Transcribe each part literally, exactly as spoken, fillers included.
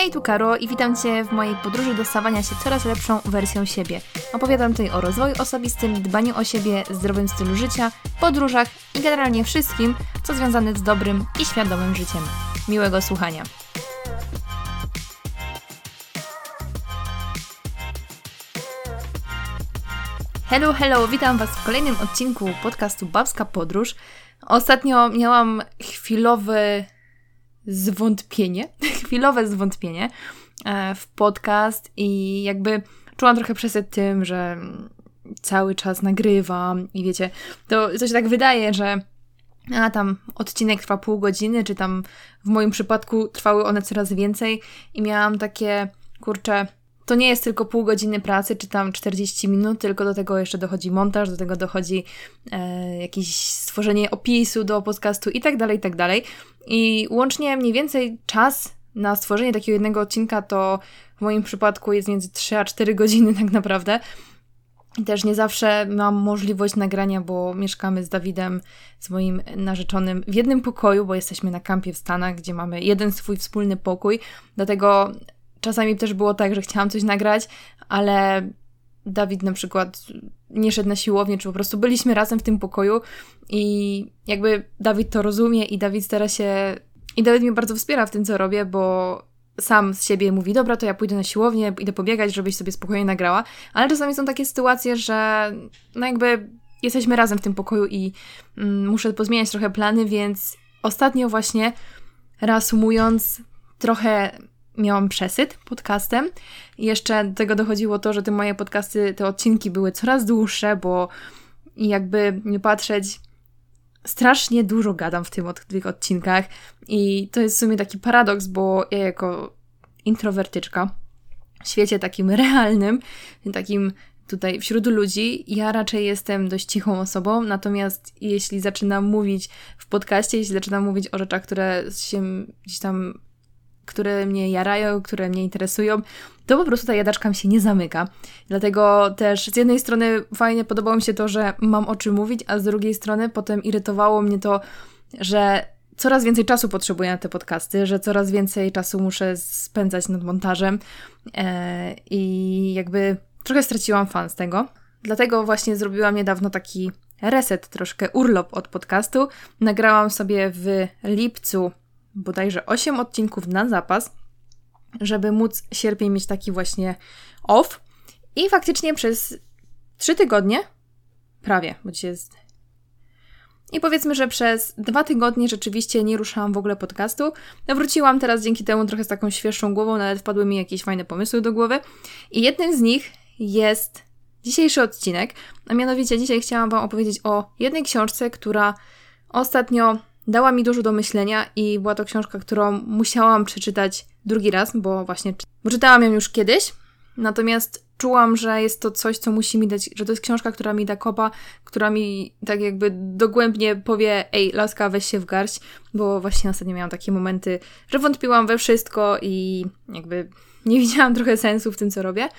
Hej, tu Karo i witam Cię w mojej podróży do stawania się coraz lepszą wersją siebie. Opowiadam tutaj o rozwoju osobistym, dbaniu o siebie, zdrowym stylu życia, podróżach i generalnie wszystkim, co związane z dobrym i świadomym życiem. Miłego słuchania. Hello, hello, witam Was w kolejnym odcinku podcastu Babska Podróż. Ostatnio miałam chwilowe zwątpienie, chwilowe zwątpienie w podcast i jakby czułam trochę przesyt tym, że cały czas nagrywam i wiecie, to, to się tak wydaje, że a tam odcinek trwa pół godziny, czy tam w moim przypadku trwały one coraz więcej i miałam takie, kurczę, to nie jest tylko pół godziny pracy, czy tam czterdzieści minut, tylko do tego jeszcze dochodzi montaż, do tego dochodzi e, jakieś stworzenie opisu do podcastu i tak dalej, i tak dalej. I łącznie mniej więcej czas na stworzenie takiego jednego odcinka to w moim przypadku jest między trzy a cztery godziny tak naprawdę. I też nie zawsze mam możliwość nagrania, bo mieszkamy z Dawidem, z moim narzeczonym w jednym pokoju, bo jesteśmy na kampie w Stanach, gdzie mamy jeden swój wspólny pokój. Dlatego czasami też było tak, że chciałam coś nagrać, ale Dawid na przykład nie szedł na siłownię, czy po prostu byliśmy razem w tym pokoju i jakby Dawid to rozumie i Dawid stara się... I Dawid mnie bardzo wspiera w tym, co robię, bo sam z siebie mówi, dobra, to ja pójdę na siłownię, idę pobiegać, żebyś sobie spokojnie nagrała, ale czasami są takie sytuacje, że no jakby jesteśmy razem w tym pokoju i mm, muszę pozmieniać trochę plany, więc ostatnio właśnie, reasumując, trochę miałam przesyt podcastem. I jeszcze do tego dochodziło to, że te moje podcasty, te odcinki były coraz dłuższe, bo jakby nie patrzeć, strasznie dużo gadam w tym od, tych odcinkach i to jest w sumie taki paradoks, bo ja jako introwertyczka w świecie takim realnym, takim tutaj wśród ludzi, ja raczej jestem dość cichą osobą, natomiast jeśli zaczynam mówić w podcaście, jeśli zaczynam mówić o rzeczach, które się gdzieś tam które mnie jarają, które mnie interesują, to po prostu ta jadaczka mi się nie zamyka. Dlatego też z jednej strony fajnie podobało mi się to, że mam o czym mówić, a z drugiej strony potem irytowało mnie to, że coraz więcej czasu potrzebuję na te podcasty, że coraz więcej czasu muszę spędzać nad montażem e, i jakby trochę straciłam fan z tego. Dlatego właśnie zrobiłam niedawno taki reset, troszkę urlop od podcastu. Nagrałam sobie w lipcu bodajże osiem odcinków na zapas, żeby móc sierpień mieć taki właśnie off. I faktycznie przez trzy tygodnie, prawie, bo dzisiaj jest... I powiedzmy, że przez dwa tygodnie rzeczywiście nie ruszałam w ogóle podcastu. Wróciłam teraz dzięki temu trochę z taką świeższą głową, nawet wpadły mi jakieś fajne pomysły do głowy. I jednym z nich jest dzisiejszy odcinek, a mianowicie dzisiaj chciałam Wam opowiedzieć o jednej książce, która ostatnio dała mi dużo do myślenia i była to książka, którą musiałam przeczytać drugi raz, bo właśnie bo czytałam ją już kiedyś, natomiast czułam, że jest to coś, co musi mi dać, że to jest książka, która mi da kopa, która mi tak jakby dogłębnie powie, ej, laska, weź się w garść, bo właśnie ostatnio miałam takie momenty, że wątpiłam we wszystko i jakby nie widziałam trochę sensu w tym, co robię.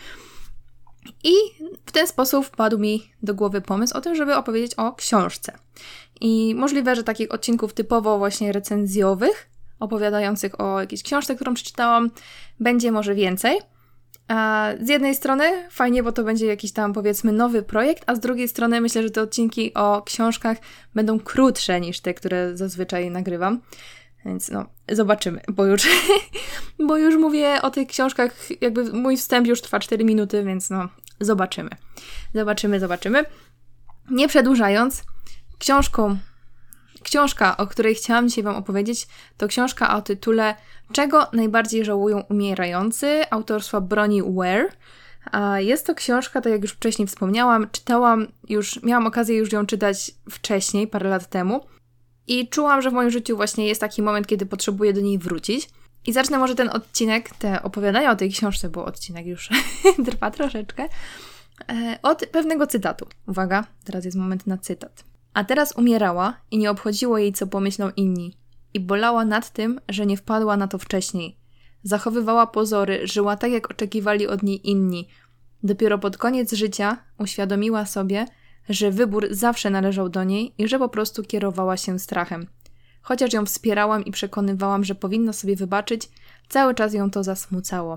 I w ten sposób wpadł mi do głowy pomysł o tym, żeby opowiedzieć o książce. I możliwe, że takich odcinków typowo właśnie recenzjowych, opowiadających o jakiejś książce, którą przeczytałam, będzie może więcej. A z jednej strony fajnie, bo to będzie jakiś tam powiedzmy nowy projekt, a z drugiej strony myślę, że te odcinki o książkach będą krótsze niż te, które zazwyczaj nagrywam. Więc no, zobaczymy, bo już, bo już mówię o tych książkach, jakby mój wstęp już trwa cztery minuty, więc no, zobaczymy. Zobaczymy, zobaczymy. Nie przedłużając, książką, książka, o której chciałam dzisiaj Wam opowiedzieć, to książka o tytule Czego najbardziej żałują umierający, autorstwa Bronnie Ware. A jest to książka, tak jak już wcześniej wspomniałam, czytałam już, miałam okazję już ją czytać wcześniej, parę lat temu. I czułam, że w moim życiu właśnie jest taki moment, kiedy potrzebuję do niej wrócić. I zacznę może ten odcinek, te opowiadania o tej książce, bo odcinek już trwa troszeczkę, od pewnego cytatu. Uwaga, teraz jest moment na cytat. A teraz umierała i nie obchodziło jej, co pomyślą inni. I bolała nad tym, że nie wpadła na to wcześniej. Zachowywała pozory, żyła tak, jak oczekiwali od niej inni. Dopiero pod koniec życia uświadomiła sobie, że wybór zawsze należał do niej i że po prostu kierowała się strachem. chociaż ją wspierałam i przekonywałam, że powinna sobie wybaczyć, cały czas ją to zasmucało.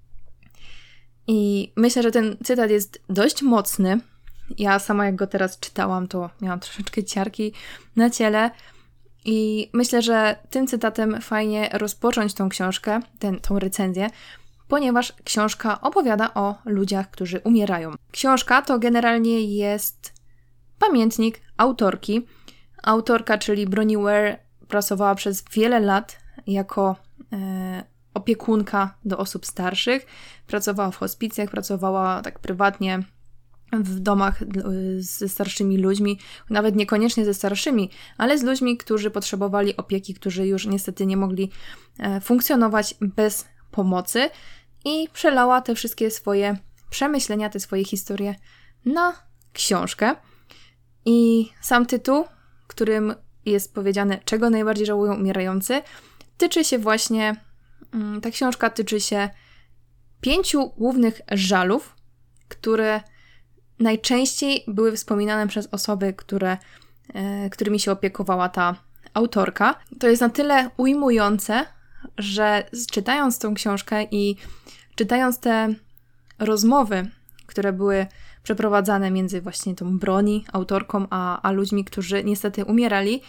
I myślę, że ten cytat jest dość mocny. Ja sama jak go teraz czytałam, to miałam troszeczkę ciarki na ciele i myślę, że tym cytatem fajnie rozpocząć tą książkę, ten, tą recenzję, ponieważ książka opowiada o ludziach, którzy umierają. Książka to generalnie jest pamiętnik autorki. Autorka, czyli Bronnie Ware, pracowała przez wiele lat jako e, opiekunka do osób starszych. Pracowała w hospicjach, pracowała tak prywatnie w domach ze starszymi ludźmi, nawet niekoniecznie ze starszymi, ale z ludźmi, którzy potrzebowali opieki, którzy już niestety nie mogli e, funkcjonować bez pomocy i przelała te wszystkie swoje przemyślenia, te swoje historie na książkę. I sam tytuł, którym jest powiedziane, czego najbardziej żałują umierający, tyczy się właśnie, ta książka tyczy się pięciu głównych żalów, które najczęściej były wspominane przez osoby, które, e, którymi się opiekowała ta autorka. To jest na tyle ujmujące, że czytając tą książkę i czytając te rozmowy, które były przeprowadzane między właśnie tą Bronnie, autorką, a, a ludźmi, którzy niestety umierali,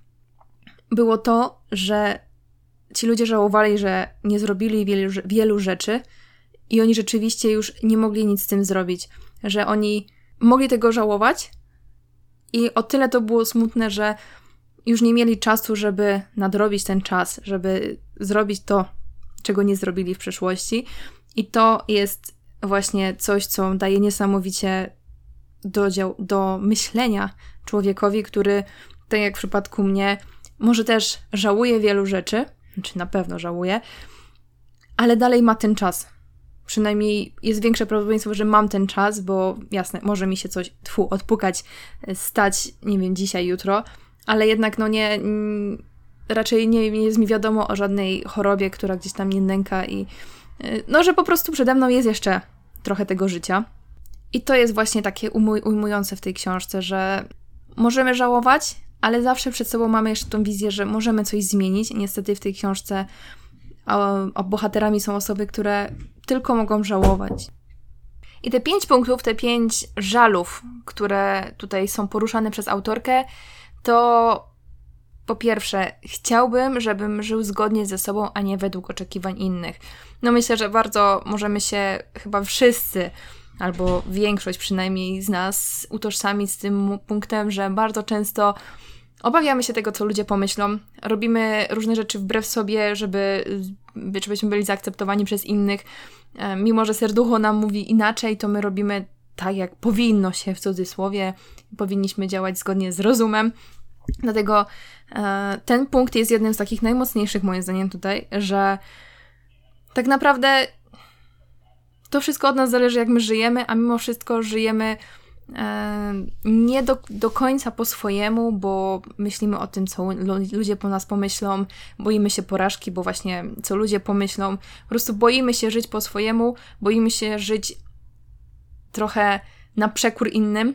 było to, że ci ludzie żałowali, że nie zrobili wielu, wielu rzeczy i oni rzeczywiście już nie mogli nic z tym zrobić, że oni mogli tego żałować i o tyle to było smutne, że już nie mieli czasu, żeby nadrobić ten czas, żeby zrobić to, czego nie zrobili w przeszłości. I to jest właśnie coś, co daje niesamowicie dodział do myślenia człowiekowi, który, tak jak w przypadku mnie, może też żałuje wielu rzeczy, czy na pewno żałuje, ale dalej ma ten czas. Przynajmniej jest większe prawdopodobieństwo, że mam ten czas, bo jasne, może mi się coś tfu, odpukać, stać, nie wiem, dzisiaj, jutro, ale jednak no nie, n- raczej nie, nie jest mi wiadomo o żadnej chorobie, która gdzieś tam mnie nęka i no, że po prostu przede mną jest jeszcze trochę tego życia. I to jest właśnie takie ujmuj, ujmujące w tej książce, że możemy żałować, ale zawsze przed sobą mamy jeszcze tą wizję, że możemy coś zmienić. Niestety w tej książce o, o bohaterami są osoby, które tylko mogą żałować. I te pięć punktów, te pięć żalów, które tutaj są poruszane przez autorkę, to po pierwsze, chciałbym, żebym żył zgodnie ze sobą, a nie według oczekiwań innych. No myślę, że bardzo możemy się chyba wszyscy, albo większość przynajmniej z nas utożsamić z tym punktem, że bardzo często obawiamy się tego, co ludzie pomyślą. Robimy różne rzeczy wbrew sobie, żeby, żebyśmy byli zaakceptowani przez innych. Mimo że serducho nam mówi inaczej, to my robimy tak, jak powinno się, w cudzysłowie. Powinniśmy działać zgodnie z rozumem. Dlatego e, ten punkt jest jednym z takich najmocniejszych moim zdaniem tutaj, że tak naprawdę to wszystko od nas zależy, jak my żyjemy, a mimo wszystko żyjemy e, nie do, do końca po swojemu, bo myślimy o tym, co ludzie po nas pomyślą, boimy się porażki, bo właśnie co ludzie pomyślą, po prostu boimy się żyć po swojemu, boimy się żyć trochę na przekór innym.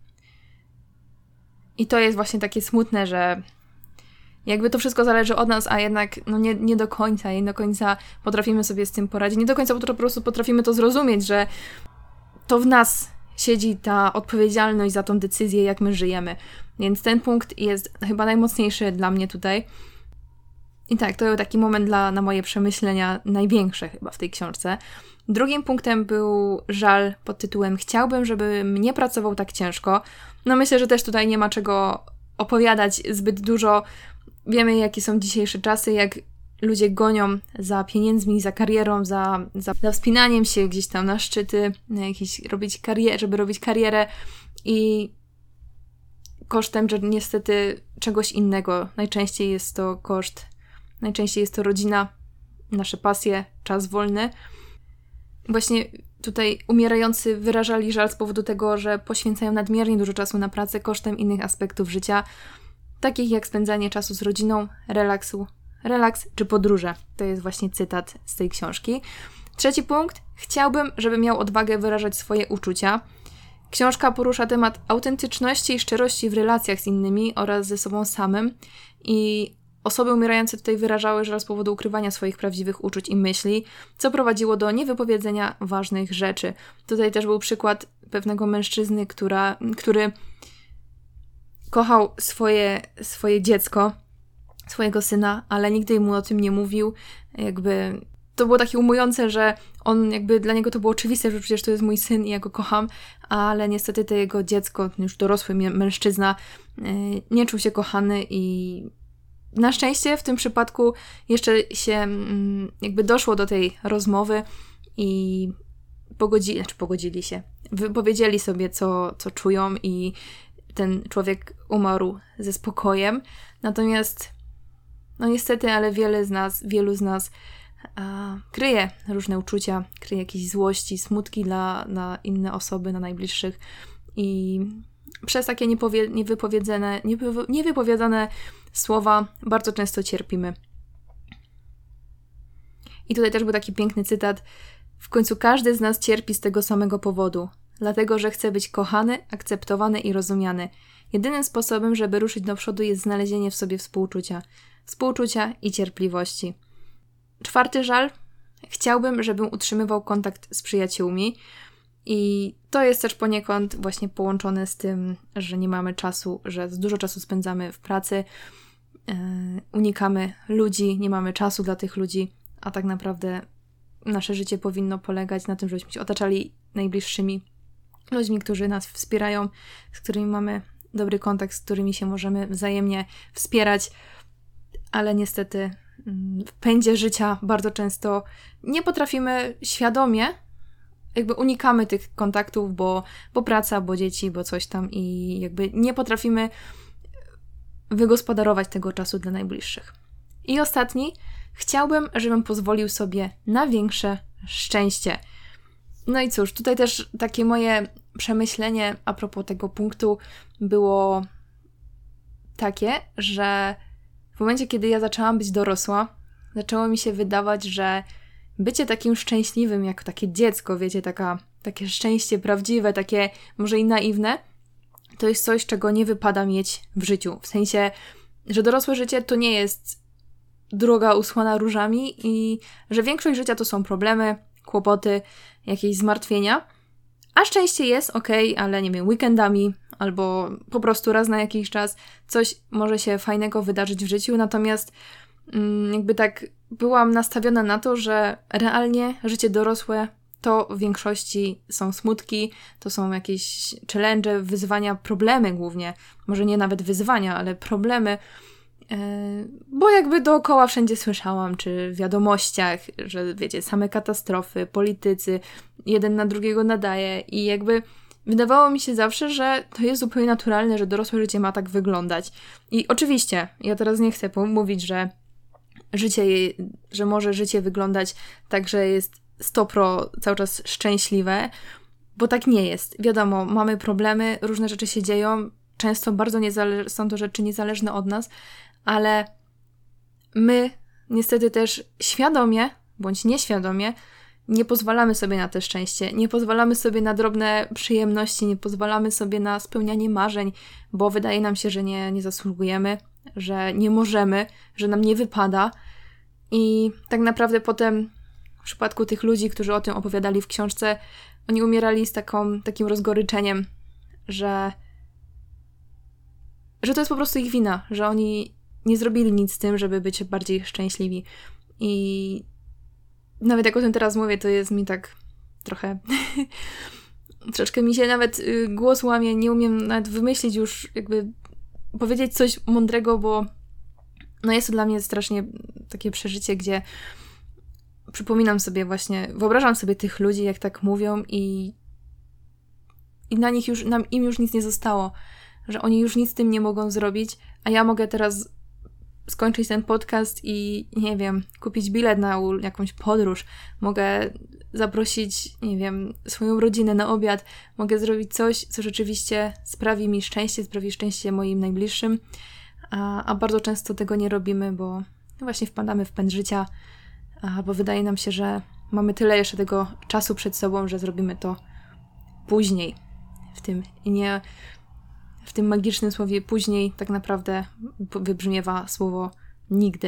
I to jest właśnie takie smutne, że jakby to wszystko zależy od nas, a jednak no nie, nie do końca, nie do końca potrafimy sobie z tym poradzić. Nie do końca po prostu potrafimy to zrozumieć, że to w nas siedzi ta odpowiedzialność za tą decyzję, jak my żyjemy. Więc ten punkt jest chyba najmocniejszy dla mnie tutaj. I tak, to był taki moment dla, na moje przemyślenia największe chyba w tej książce. Drugim punktem był żal pod tytułem chciałbym, żebym nie pracował tak ciężko. No myślę, że też tutaj nie ma czego opowiadać zbyt dużo. Wiemy, jakie są dzisiejsze czasy, jak ludzie gonią za pieniędzmi, za karierą, za, za, za wspinaniem się gdzieś tam na szczyty, na jakieś, robić karierę, żeby robić karierę i kosztem, że niestety czegoś innego. Najczęściej jest to koszt, najczęściej jest to rodzina, nasze pasje, czas wolny. Właśnie tutaj umierający wyrażali żal z powodu tego, że poświęcają nadmiernie dużo czasu na pracę kosztem innych aspektów życia, takich jak spędzanie czasu z rodziną, relaksu, relaks czy podróże. To jest właśnie cytat z tej książki. Trzeci punkt. Chciałbym, żeby miał odwagę wyrażać swoje uczucia. Książka porusza temat autentyczności i szczerości w relacjach z innymi oraz ze sobą samym i osoby umierające tutaj wyrażały, że z powodu ukrywania swoich prawdziwych uczuć i myśli, co prowadziło do niewypowiedzenia ważnych rzeczy. Tutaj też był przykład pewnego mężczyzny, która, który kochał swoje, swoje dziecko, swojego syna, ale nigdy mu o tym nie mówił. Jakby to było takie ujmujące, że on jakby dla niego to było oczywiste, że przecież to jest mój syn i ja go kocham, ale niestety to jego dziecko, już dorosły mężczyzna, nie czuł się kochany i na szczęście w tym przypadku jeszcze się jakby doszło do tej rozmowy i pogodzili, znaczy pogodzili się, wypowiedzieli sobie, co, co czują i ten człowiek umarł ze spokojem. Natomiast no niestety, ale wiele z nas, wielu z nas a, kryje różne uczucia, kryje jakieś złości, smutki dla, na inne osoby, na najbliższych i przez takie niepowie, niewypowiedzone, niewy, niewypowiadane słowa bardzo często cierpimy. I tutaj też był taki piękny cytat. W końcu każdy z nas cierpi z tego samego powodu, dlatego że chce być kochany, akceptowany i rozumiany. Jedynym sposobem, żeby ruszyć do przodu, jest znalezienie w sobie współczucia. Współczucia i cierpliwości. Czwarty żal. Chciałbym, żebym utrzymywał kontakt z przyjaciółmi i to jest też poniekąd właśnie połączone z tym, że nie mamy czasu, że dużo czasu spędzamy w pracy, yy, unikamy ludzi, nie mamy czasu dla tych ludzi, a tak naprawdę nasze życie powinno polegać na tym, żebyśmy się otaczali najbliższymi ludźmi, którzy nas wspierają, z którymi mamy dobry kontakt, z którymi się możemy wzajemnie wspierać, ale niestety w pędzie życia bardzo często nie potrafimy świadomie, jakby unikamy tych kontaktów, bo, bo praca, bo dzieci, bo coś tam i jakby nie potrafimy wygospodarować tego czasu dla najbliższych. I ostatni, chciałbym, żebym pozwolił sobie na większe szczęście. No i cóż, tutaj też takie moje przemyślenie a propos tego punktu było takie, że w momencie, kiedy ja zaczęłam być dorosła, zaczęło mi się wydawać, że bycie takim szczęśliwym, jak takie dziecko, wiecie, taka, takie szczęście prawdziwe, takie może i naiwne, to jest coś, czego nie wypada mieć w życiu. W sensie, że dorosłe życie to nie jest droga usłana różami i że większość życia to są problemy, kłopoty, jakieś zmartwienia, a szczęście jest okej, okay, ale nie wiem, weekendami albo po prostu raz na jakiś czas coś może się fajnego wydarzyć w życiu, natomiast mm, jakby tak byłam nastawiona na to, że realnie życie dorosłe to w większości są smutki, to są jakieś challenge, wyzwania, problemy głównie, może nie nawet wyzwania, ale problemy, yy, bo jakby dookoła wszędzie słyszałam, czy w wiadomościach, że wiecie, same katastrofy, politycy, jeden na drugiego nadaje i jakby wydawało mi się zawsze, że to jest zupełnie naturalne, że dorosłe życie ma tak wyglądać. I oczywiście, ja teraz nie chcę mówić, że życie, że może życie wyglądać tak, że jest sto procent cały czas szczęśliwe, bo tak nie jest. Wiadomo, mamy problemy, różne rzeczy się dzieją, często bardzo niezale- są to rzeczy niezależne od nas, ale my niestety też świadomie, bądź nieświadomie, nie pozwalamy sobie na te szczęście, nie pozwalamy sobie na drobne przyjemności, nie pozwalamy sobie na spełnianie marzeń, bo wydaje nam się, że nie, nie zasługujemy, że nie możemy, że nam nie wypada i tak naprawdę potem w przypadku tych ludzi, którzy o tym opowiadali w książce, oni umierali z taką, takim rozgoryczeniem, że, że to jest po prostu ich wina, że oni nie zrobili nic z tym, żeby być bardziej szczęśliwi i nawet jak o tym teraz mówię, to jest mi tak trochę... troszkę mi się nawet y, głos łamie, nie umiem nawet wymyślić już, jakby powiedzieć coś mądrego, bo no jest to dla mnie strasznie takie przeżycie, gdzie przypominam sobie właśnie, wyobrażam sobie tych ludzi, jak tak mówią i, i na nich już, nam, im już nic nie zostało, że oni już nic z tym nie mogą zrobić, a ja mogę teraz skończyć ten podcast i, nie wiem, kupić bilet na jakąś podróż, mogę zaprosić, nie wiem, swoją rodzinę na obiad, mogę zrobić coś, co rzeczywiście sprawi mi szczęście, sprawi szczęście moim najbliższym, a, a bardzo często tego nie robimy, bo właśnie wpadamy w pęd życia, albo wydaje nam się, że mamy tyle jeszcze tego czasu przed sobą, że zrobimy to później. W tym nie... W tym magicznym słowie później tak naprawdę wybrzmiewa słowo nigdy.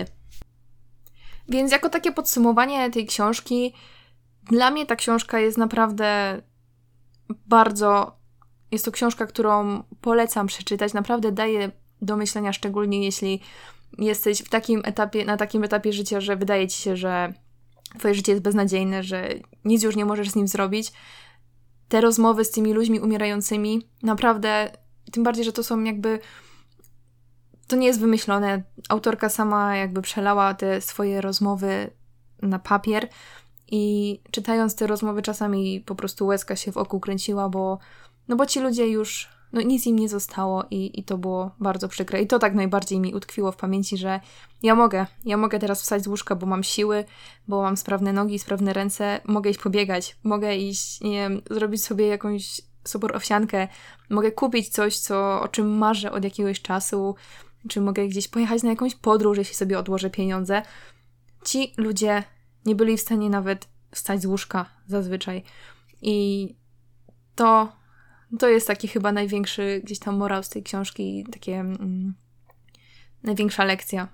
Więc jako takie podsumowanie tej książki, dla mnie ta książka jest naprawdę bardzo... Jest to książka, którą polecam przeczytać. Naprawdę daje do myślenia, szczególnie jeśli jesteś w takim etapie, na takim etapie życia, że wydaje ci się, że twoje życie jest beznadziejne, że nic już nie możesz z nim zrobić. Te rozmowy z tymi ludźmi umierającymi, naprawdę, tym bardziej, że to są jakby... To nie jest wymyślone. Autorka sama jakby przelała te swoje rozmowy na papier i czytając te rozmowy czasami po prostu łezka się w oku kręciła, bo no bo ci ludzie już, no nic im nie zostało i, i to było bardzo przykre. I to tak najbardziej mi utkwiło w pamięci, że ja mogę, ja mogę teraz wstać z łóżka, bo mam siły, bo mam sprawne nogi, sprawne ręce, mogę iść pobiegać, mogę iść, nie wiem, zrobić sobie jakąś super owsiankę, mogę kupić coś, co, o czym marzę od jakiegoś czasu, czy mogę gdzieś pojechać na jakąś podróż, jeśli sobie odłożę pieniądze. Ci ludzie nie byli w stanie nawet wstać z łóżka zazwyczaj. I to, to jest taki chyba największy gdzieś tam morał z tej książki, takie mm, największa lekcja,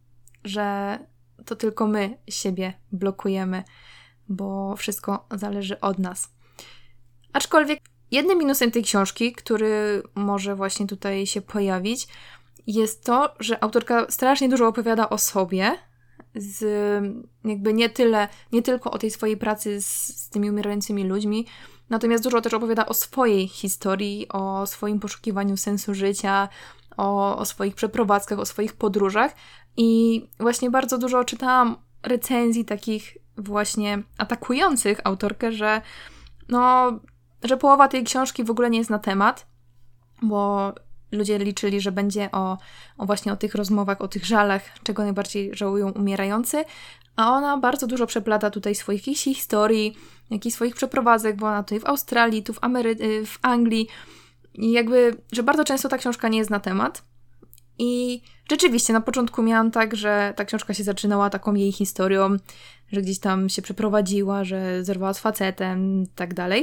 że to tylko my siebie blokujemy, bo wszystko zależy od nas. Aczkolwiek jednym minusem tej książki, który może właśnie tutaj się pojawić, jest to, że autorka strasznie dużo opowiada o sobie, z jakby nie tyle, nie tylko o tej swojej pracy z, z tymi umierającymi ludźmi, natomiast dużo też opowiada o swojej historii, o swoim poszukiwaniu sensu życia, o, o swoich przeprowadzkach, o swoich podróżach i właśnie bardzo dużo czytałam recenzji takich właśnie atakujących autorkę, że no, że połowa tej książki w ogóle nie jest na temat, bo ludzie liczyli, że będzie o, o właśnie o tych rozmowach, o tych żalach, czego najbardziej żałują umierający, a ona bardzo dużo przeplata tutaj swoich jakichś historii, jakichś swoich przeprowadzek, bo ona tutaj w Australii, tu w, Amery- w Anglii i jakby, że bardzo często ta książka nie jest na temat i rzeczywiście na początku miałam tak, że ta książka się zaczynała taką jej historią, że gdzieś tam się przeprowadziła, że zerwała z facetem i tak dalej.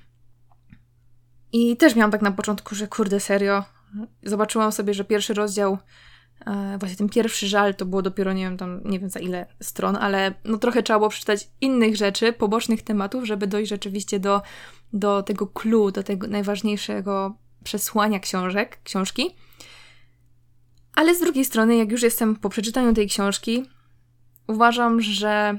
I też miałam tak na początku, że kurde, serio, zobaczyłam sobie, że pierwszy rozdział, e, właśnie ten pierwszy żal to było dopiero, nie wiem, tam nie wiem za ile stron, ale no trochę trzeba było przeczytać innych rzeczy, pobocznych tematów, żeby dojść rzeczywiście do, do tego clue, do tego najważniejszego przesłania książek, książki. Ale z drugiej strony, jak już jestem po przeczytaniu tej książki, uważam, że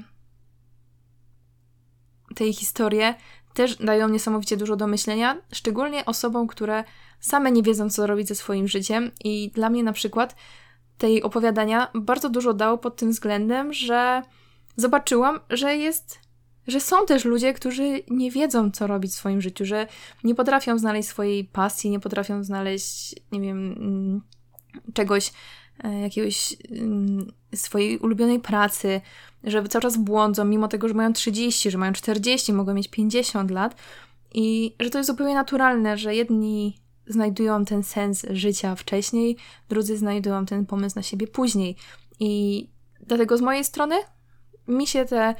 tej historie też dają niesamowicie dużo do myślenia, szczególnie osobom, które same nie wiedzą, co robić ze swoim życiem i dla mnie na przykład tej opowiadania bardzo dużo dało pod tym względem, że zobaczyłam, że jest, że są też ludzie, którzy nie wiedzą, co robić w swoim życiu, że nie potrafią znaleźć swojej pasji, nie potrafią znaleźć, nie wiem, czegoś, jakiegoś swojej ulubionej pracy, że cały czas błądzą, mimo tego, że mają trzydzieści, że mają czterdzieści, mogą mieć pięćdziesiąt lat i że to jest zupełnie naturalne, że jedni znajdują ten sens życia wcześniej, drudzy znajdują ten pomysł na siebie później. I dlatego z mojej strony mi się te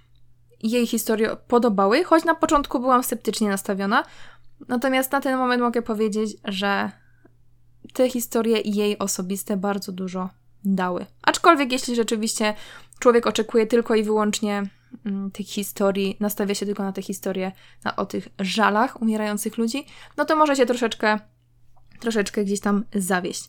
jej historie podobały, choć na początku byłam sceptycznie nastawiona, natomiast na ten moment mogę powiedzieć, że te historie jej osobiste bardzo dużo dały. Aczkolwiek jeśli rzeczywiście człowiek oczekuje tylko i wyłącznie mm, tych historii, nastawia się tylko na te historie, na, o tych żalach umierających ludzi, no to może się troszeczkę, troszeczkę gdzieś tam zawieść.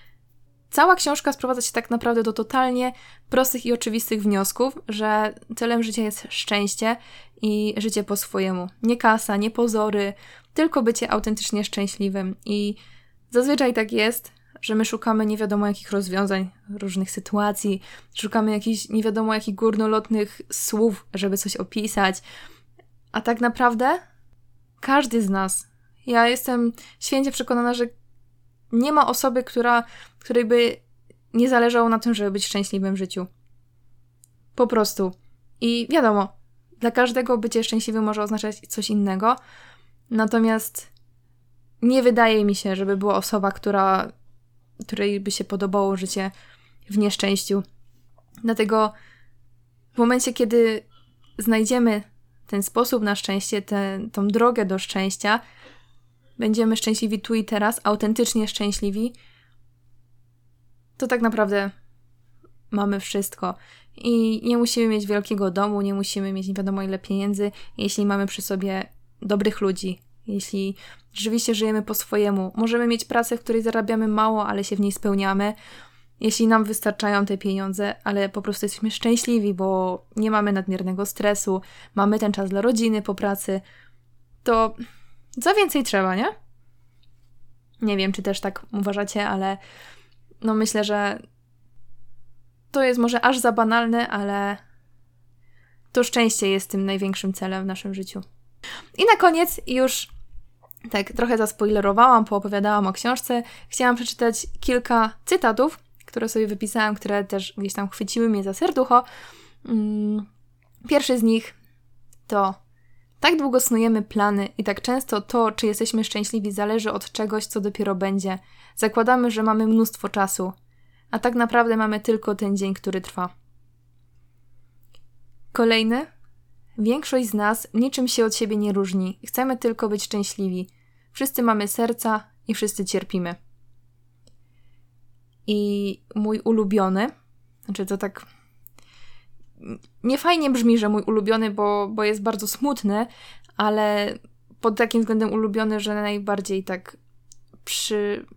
Cała książka sprowadza się tak naprawdę do totalnie prostych i oczywistych wniosków, że celem życia jest szczęście i życie po swojemu. Nie kasa, nie pozory, tylko bycie autentycznie szczęśliwym. I zazwyczaj tak jest, że my szukamy nie wiadomo jakich rozwiązań, różnych sytuacji, szukamy jakichś nie wiadomo jakich górnolotnych słów, żeby coś opisać. A tak naprawdę każdy z nas, ja jestem święcie przekonana, że nie ma osoby, która, której by nie zależało na tym, żeby być szczęśliwym w życiu. Po prostu. I wiadomo, dla każdego bycie szczęśliwym może oznaczać coś innego, natomiast nie wydaje mi się, żeby była osoba, która, której by się podobało życie w nieszczęściu. Dlatego w momencie, kiedy znajdziemy ten sposób na szczęście, tę, tą drogę do szczęścia, będziemy szczęśliwi tu i teraz, autentycznie szczęśliwi, to tak naprawdę mamy wszystko. I nie musimy mieć wielkiego domu, nie musimy mieć nie wiadomo ile pieniędzy, jeśli mamy przy sobie dobrych ludzi. Jeśli rzeczywiście żyjemy po swojemu. Możemy mieć pracę, w której zarabiamy mało, ale się w niej spełniamy. Jeśli nam wystarczają te pieniądze, ale po prostu jesteśmy szczęśliwi, bo nie mamy nadmiernego stresu, mamy ten czas dla rodziny po pracy, to za więcej trzeba, nie? Nie wiem, czy też tak uważacie, ale no myślę, że to jest może aż za banalne, ale to szczęście jest tym największym celem w naszym życiu. I na koniec już tak trochę zaspoilerowałam, poopowiadałam o książce. Chciałam przeczytać kilka cytatów, które sobie wypisałam, które też gdzieś tam chwyciły mnie za serducho. Pierwszy z nich to: tak długo snujemy plany i tak często to, czy jesteśmy szczęśliwi, zależy od czegoś, co dopiero będzie. Zakładamy, że mamy mnóstwo czasu, a tak naprawdę mamy tylko ten dzień, który trwa. Kolejny: większość z nas niczym się od siebie nie różni. Chcemy tylko być szczęśliwi. Wszyscy mamy serca i wszyscy cierpimy. I mój ulubiony, znaczy to tak niefajnie brzmi, że mój ulubiony, bo, bo jest bardzo smutny, ale pod takim względem ulubiony, że najbardziej tak przy...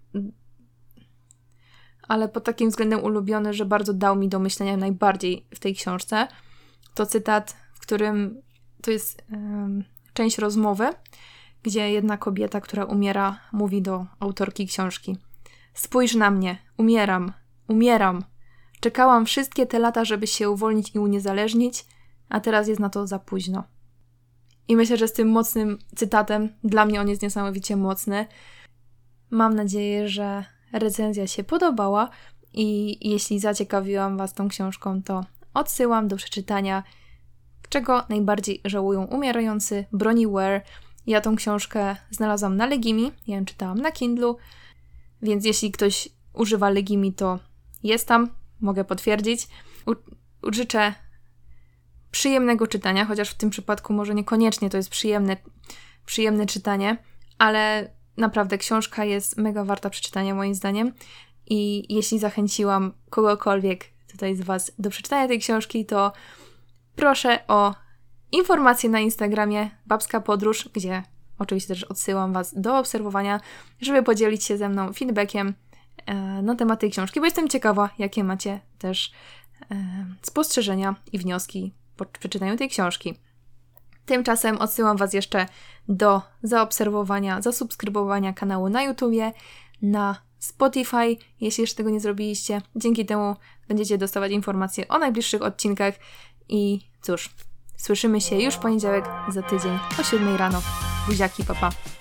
ale pod takim względem ulubiony, że bardzo dał mi do myślenia najbardziej w tej książce. To cytat, w którym to jest um, część rozmowy, gdzie jedna kobieta, która umiera, mówi do autorki książki: spójrz na mnie, umieram, umieram. Czekałam wszystkie te lata, żeby się uwolnić i uniezależnić, a teraz jest na to za późno. I myślę, że z tym mocnym cytatem, dla mnie on jest niesamowicie mocny. Mam nadzieję, że recenzja się podobała i jeśli zaciekawiłam Was tą książką, to odsyłam do przeczytania Czego najbardziej żałują umierający Bronnie Ware. Ja tą książkę znalazłam na Legimi, ja ją czytałam na Kindlu, więc jeśli ktoś używa Legimi, to jest tam, mogę potwierdzić. U- życzę przyjemnego czytania, chociaż w tym przypadku może niekoniecznie to jest przyjemne, przyjemne czytanie, ale naprawdę książka jest mega warta przeczytania moim zdaniem i jeśli zachęciłam kogokolwiek tutaj z Was do przeczytania tej książki, to proszę o informacje na Instagramie Babska Podróż, gdzie oczywiście też odsyłam Was do obserwowania, żeby podzielić się ze mną feedbackiem e, na temat tej książki, bo jestem ciekawa, jakie macie też e, spostrzeżenia i wnioski po przeczytaniu tej książki. Tymczasem odsyłam Was jeszcze do zaobserwowania, zasubskrybowania kanału na YouTubie, na Spotify, jeśli jeszcze tego nie zrobiliście. Dzięki temu będziecie dostawać informacje o najbliższych odcinkach i cóż, słyszymy się już w poniedziałek za tydzień o siódmej rano. Buziaki, pa pa!